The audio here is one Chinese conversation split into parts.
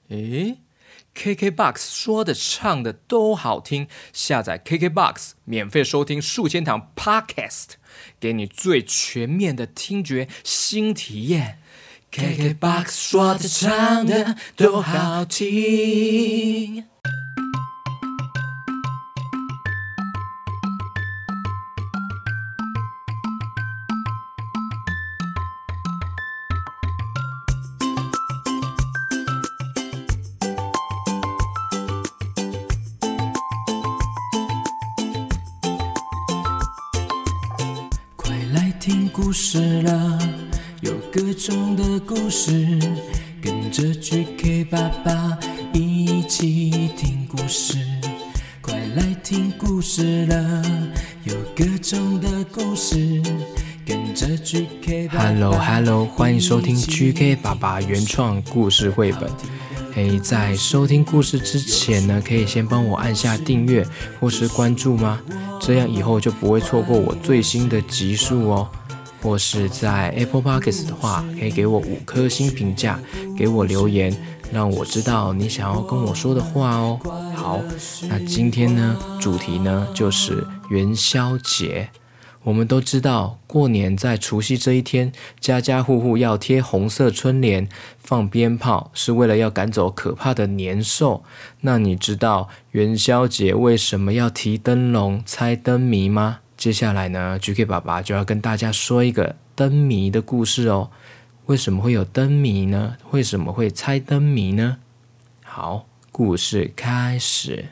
诶 KKBOX 说的唱的都好听，下载 KKBOX 免费收听数千堂 Podcast， 给你最全面的听觉新体验。KKBOX 说的唱的都好听。听故事了，有各种的故事，跟着 GK 爸爸一起听故事。快来听故事了，有各种的故事，跟着 GK 爸爸。Hello， 欢迎收听 GK 爸爸原创故事绘本。在收听故事之前呢，可以先帮我按下订阅或是关注吗？这样以后就不会错过我最新的集数哦。或是在 Apple Podcast 的话，可以给我5颗星评价，给我留言，让我知道你想要跟我说的话哦。好，那今天呢，主题呢就是元宵节。我们都知道，过年在除夕这一天，家家户户要贴红色春联，放鞭炮，是为了要赶走可怕的年兽。那你知道元宵节为什么要提灯笼、猜灯谜吗？接下来呢 GK 爸爸就要跟大家说一个灯谜的故事哦。为什么会有灯谜呢？为什么会猜灯谜呢？好，故事开始。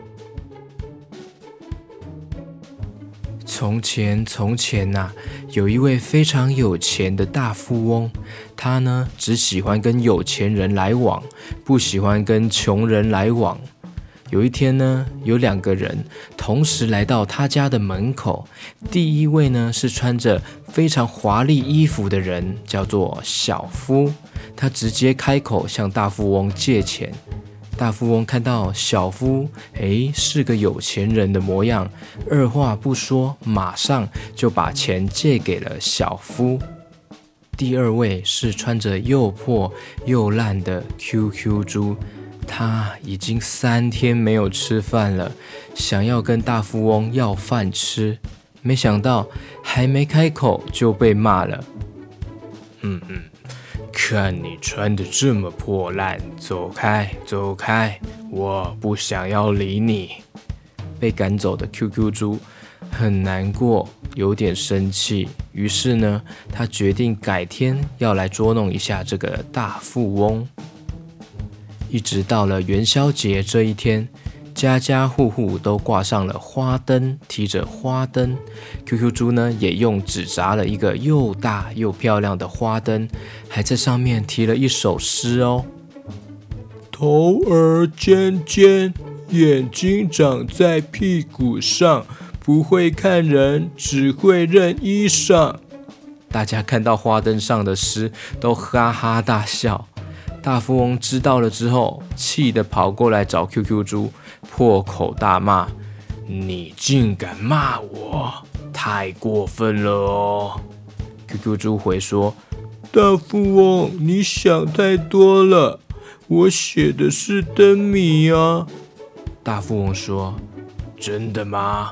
从前啊，有一位非常有钱的大富翁，他呢只喜欢跟有钱人来往，不喜欢跟穷人来往。有一天呢，有2个人同时来到他家的门口。第一位呢是穿着非常华丽衣服的人，叫做小夫。他直接开口向大富翁借钱。大富翁看到小夫，是个有钱人的模样，二话不说，马上就把钱借给了小夫。第二位是穿着又破又烂的 QQ 猪。他已经3天没有吃饭了，想要跟大富翁要饭吃，没想到还没开口就被骂了。看你穿得这么破烂，走开走开，我不想要理你。被赶走的 QQ 猪很难过，有点生气，于是呢，他决定改天要来捉弄一下这个大富翁。一直到了元宵节这一天，家家户户都挂上了花灯，提着花灯。QQ 猪呢也用纸扎了一个又大又漂亮的花灯，还在上面提了一首诗哦。头儿尖尖，眼睛长在屁股上，不会看人，只会认衣裳。大家看到花灯上的诗都哈哈大笑。大富翁知道了之后，气得跑过来找 QQ 猪，破口大骂：你竟敢骂我，太过分了哦。 QQ 猪回说：大富翁，你想太多了，我写的是灯谜啊。大富翁说：真的吗？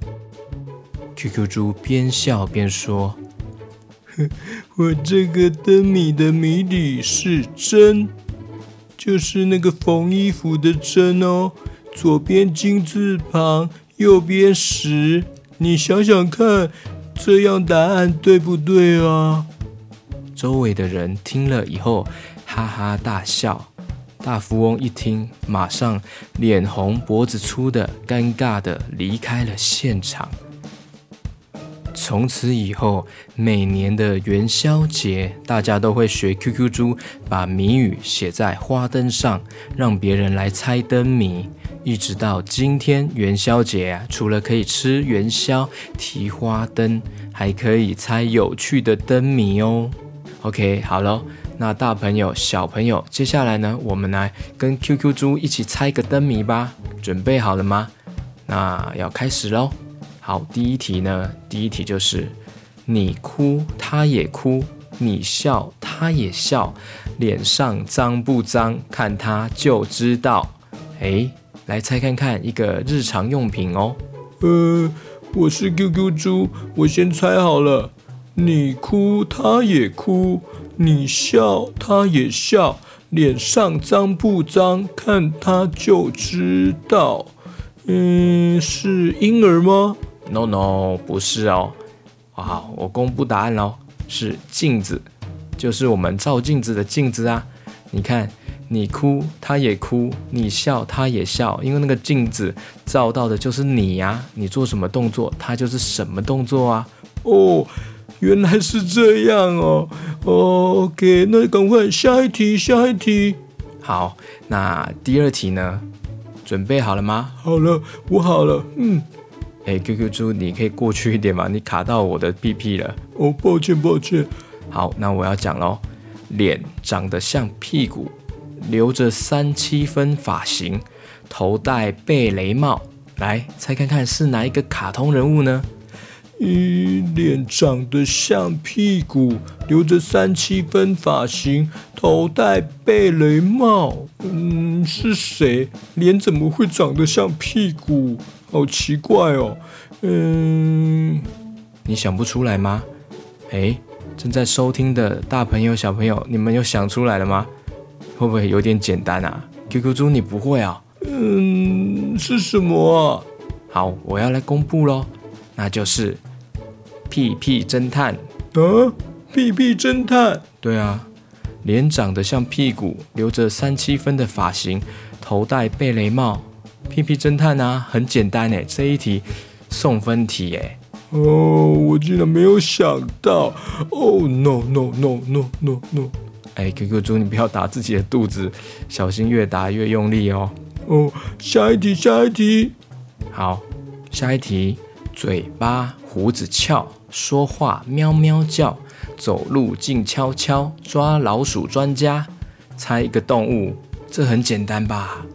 QQ 猪边笑边说：我这个灯谜的谜底是针，就是那个缝衣服的针哦，左边金字旁，右边十，你想想看，这样答案对不对啊？周围的人听了以后哈哈大笑。大富翁一听，马上脸红脖子粗的尴尬的离开了现场。从此以后，每年的元宵节，大家都会学 QQ 猪，把谜语写在花灯上，让别人来猜灯谜。一直到今天元宵节啊，除了可以吃元宵、提花灯，还可以猜有趣的灯谜哦。OK， 好咯，那大朋友、小朋友，接下来呢，我们来跟 QQ 猪一起猜个灯谜吧。准备好了吗？那要开始咯。好，第一题就是你哭他也哭， 你笑他也笑，脸上脏不脏，看他就知道。来猜看看一个日常用品哦。 我是 QQ 猪，我先猜好了。你哭他也哭，你笑他也笑，脸上脏不脏，看他就知道。是婴儿吗？ No， 不是哦。好，我公布答案咯，是镜子，就是我们照镜子的镜子啊。你看，你哭他也哭，你笑他也笑，因为那个镜子照到的就是你啊，你做什么动作，它就是什么动作啊。 哦，原来是这样哦。OK， 那赶快下一题。 好，那第二题呢？准备好了吗？ 好了，我好了。 QQ 猪，你可以过去一点吗？你卡到我的屁屁了。 抱歉。 好，那我要讲咯。脸长得像屁股，留着3-7分发型，头戴贝雷帽。来猜看看是哪一个卡通人物呢？ 脸长得像屁股，留着3-7分发型，头戴贝雷帽。是谁？脸怎么会长得像屁股？好奇怪哦。 你想不出来吗？正在收听的大朋友小朋友，你们有想出来了吗？会不会有点简单啊？ QQ 猪你不会啊？ 是什么啊？ 好，我要来公布咯，那就是屁屁侦探。 屁屁侦探？ 对啊，脸长得像屁股，留着3-7分的发型，头戴贝雷帽。屁屁侦探啊，很简单诶，这一题送分题诶。 我竟然没有想到。No。 QQ 猪，你不要打自己的肚子，小心越打越用力哦。 下一题。 好，下一题，嘴巴胡子翘，说话喵喵叫，走路静悄悄，抓老鼠专家。猜一个动物，这很简单吧？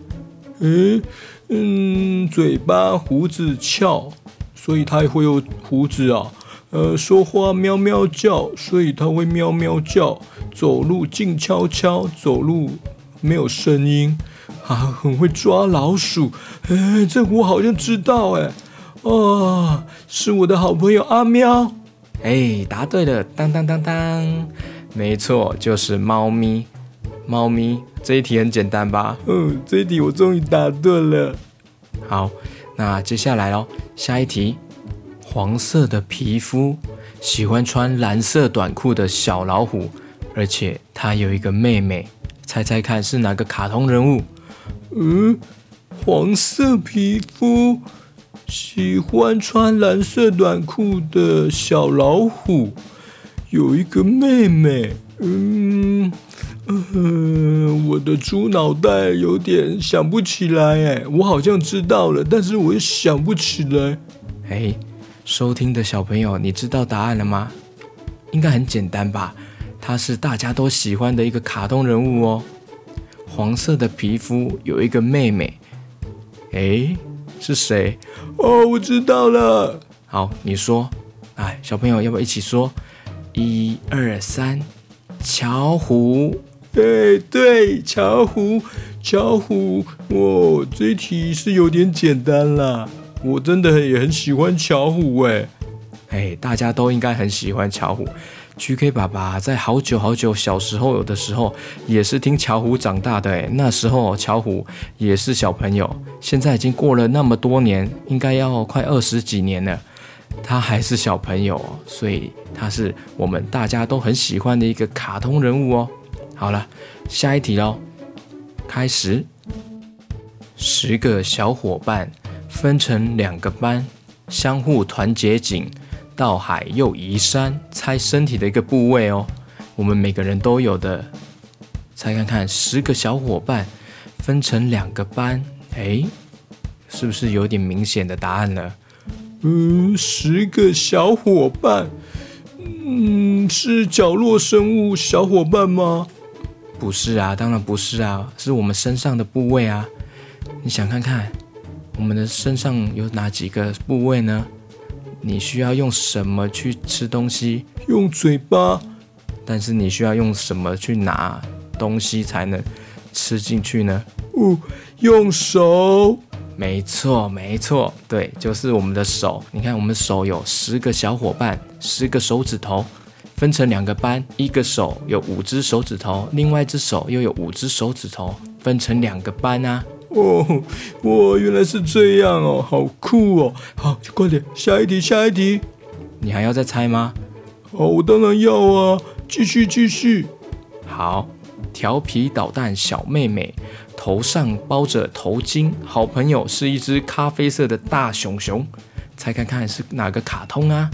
嘴巴胡子翘，所以它也会有胡子啊。说话喵喵叫，所以它会喵喵叫。走路静悄悄，走路没有声音。很会抓老鼠。这我好像知道是我的好朋友阿喵。 答对了，当，没错，就是猫咪。这一题很简单吧？ 这一题我终于答对了。 好，那接下来咯，下一题，黄色的皮肤，喜欢穿蓝色短裤的小老虎，而且它有一个妹妹，猜猜看是哪个卡通人物？ 黄色皮肤，喜欢穿蓝色短裤的小老虎，有一个妹妹。我的猪脑袋有点想不起来我好像知道了，但是我也想不起来。 收听的小朋友，你知道答案了吗？应该很简单吧？它是大家都喜欢的一个卡通人物哦。黄色的皮肤，有一个妹妹。是谁？ 我知道了。 好，你说。小朋友要不要一起说？1、2、3，巧虎。 对，巧虎。这一题是有点简单啦。我真的也很喜欢巧虎大家都应该很喜欢巧虎。GK 爸爸在好久小时候，有的时候也是听巧虎长大的那时候巧虎也是小朋友，现在已经过了那么多年，应该要快20几年了，他还是小朋友所以他是我们大家都很喜欢的一个卡通人物哦。好了，下一题咯，开始。10个小伙伴分成2个班，相互团结紧，到海又移山，猜身体的一个部位哦，我们每个人都有的，猜看看10个小伙伴分成2个班，是不是有点明显的答案了 ？10个小伙伴，是角落生物小伙伴吗？ 不是啊，当然不是啊，是我们身上的部位啊。你想看看，我们的身上有哪几个部位呢？你需要用什么去吃东西？ 用嘴巴。 但是你需要用什么去拿东西才能吃进去呢？ 用手。 没错，没错，对，就是我们的手。你看，我们手有10个小伙伴，10个手指头，分成2个班，一个手有5只手指头，另外一只手又有5只手指头，分成2个班啊。 哇，原来是这样哦，好酷哦！好，快点，下一题。 你还要再猜吗？ 我当然要啊，继续。 好，调皮捣蛋小妹妹，头上包着头巾，好朋友是一只咖啡色的大熊熊，猜看看是哪个卡通啊？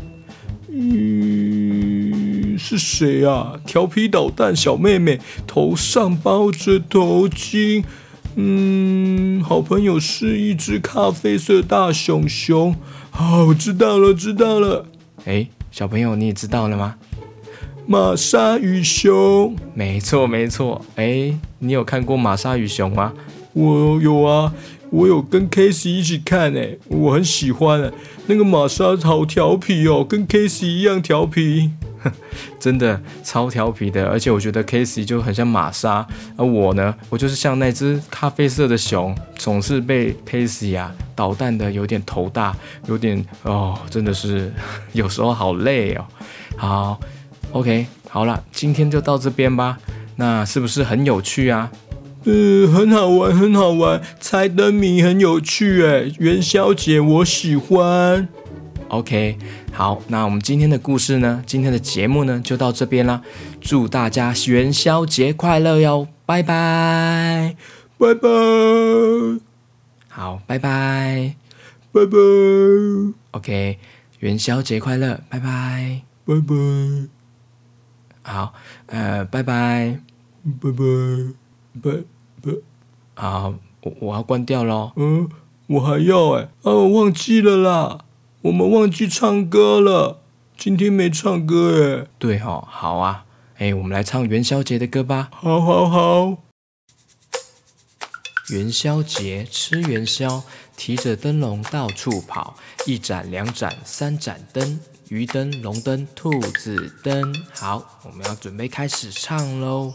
是谁啊？调皮捣蛋小妹妹，头上包着头巾。好朋友是一只咖啡色大熊熊。好，知道了。 小朋友，你也知道了吗？ 玛莎与熊。 没错。你有看过玛莎与熊吗？ 我有啊，我有跟 Casey 一起看我很喜欢那个玛莎好调皮哦，跟 Casey 一样调皮。 真的超调皮的，而且我觉得 Casey 就很像玛莎，而我呢，我就是像那只咖啡色的熊，总是被 Casey 捣蛋的有点头大，有点真的是有时候好累哦。好 ，OK， 好了，今天就到这边吧。那是不是很有趣啊？ 很好玩，猜灯谜很有趣元宵节我喜欢。 OK， 好，那我们今天的故事呢，今天的节目呢，就到这边啦。祝大家元宵节快乐哟，拜拜， 拜拜， 好，拜拜， 拜拜 ，OK， 元宵节快乐，拜拜， 拜拜， 好，拜拜， 拜拜， 好，我要关掉咯。 我还要我忘记了啦。我们忘记唱歌了，今天没唱歌对哦，好啊，我们来唱元宵节的歌吧。 好。 元宵节吃元宵，提着灯笼到处跑，一盏2盏3盏灯，鱼灯、龙灯、兔子灯。好，我们要准备开始唱咯。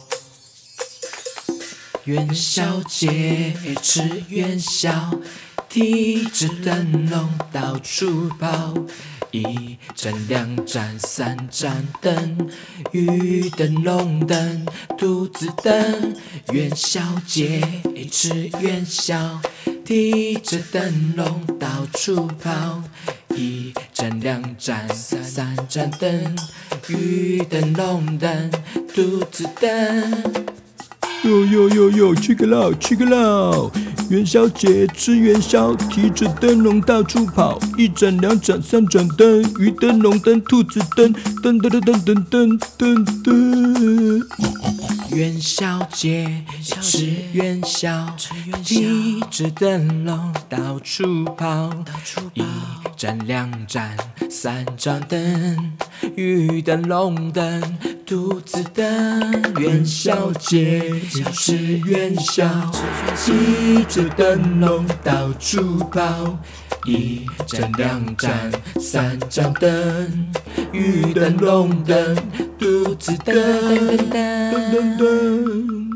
元宵节吃元宵，提着灯笼到处跑，一盏2盏3盏灯，鱼灯、龙灯、兔子灯。元宵节吃元宵，提着灯笼到处跑，一盏2盏3盏灯，鱼灯、龙灯、兔子灯。 哟 check it out 元宵节吃元宵，提着灯笼到处跑，一盏2盏3盏灯，鱼灯、龙灯、兔子灯，噔噔噔噔噔噔噔。 元宵节吃元宵，提着灯笼到处跑，一盏2盏3盏灯，鱼灯、龙灯、兔子灯。元宵节吃元宵，提着灯笼到处跑，一盏2盏3盏灯，鱼灯、龙灯、兔子灯。 噔噔噔。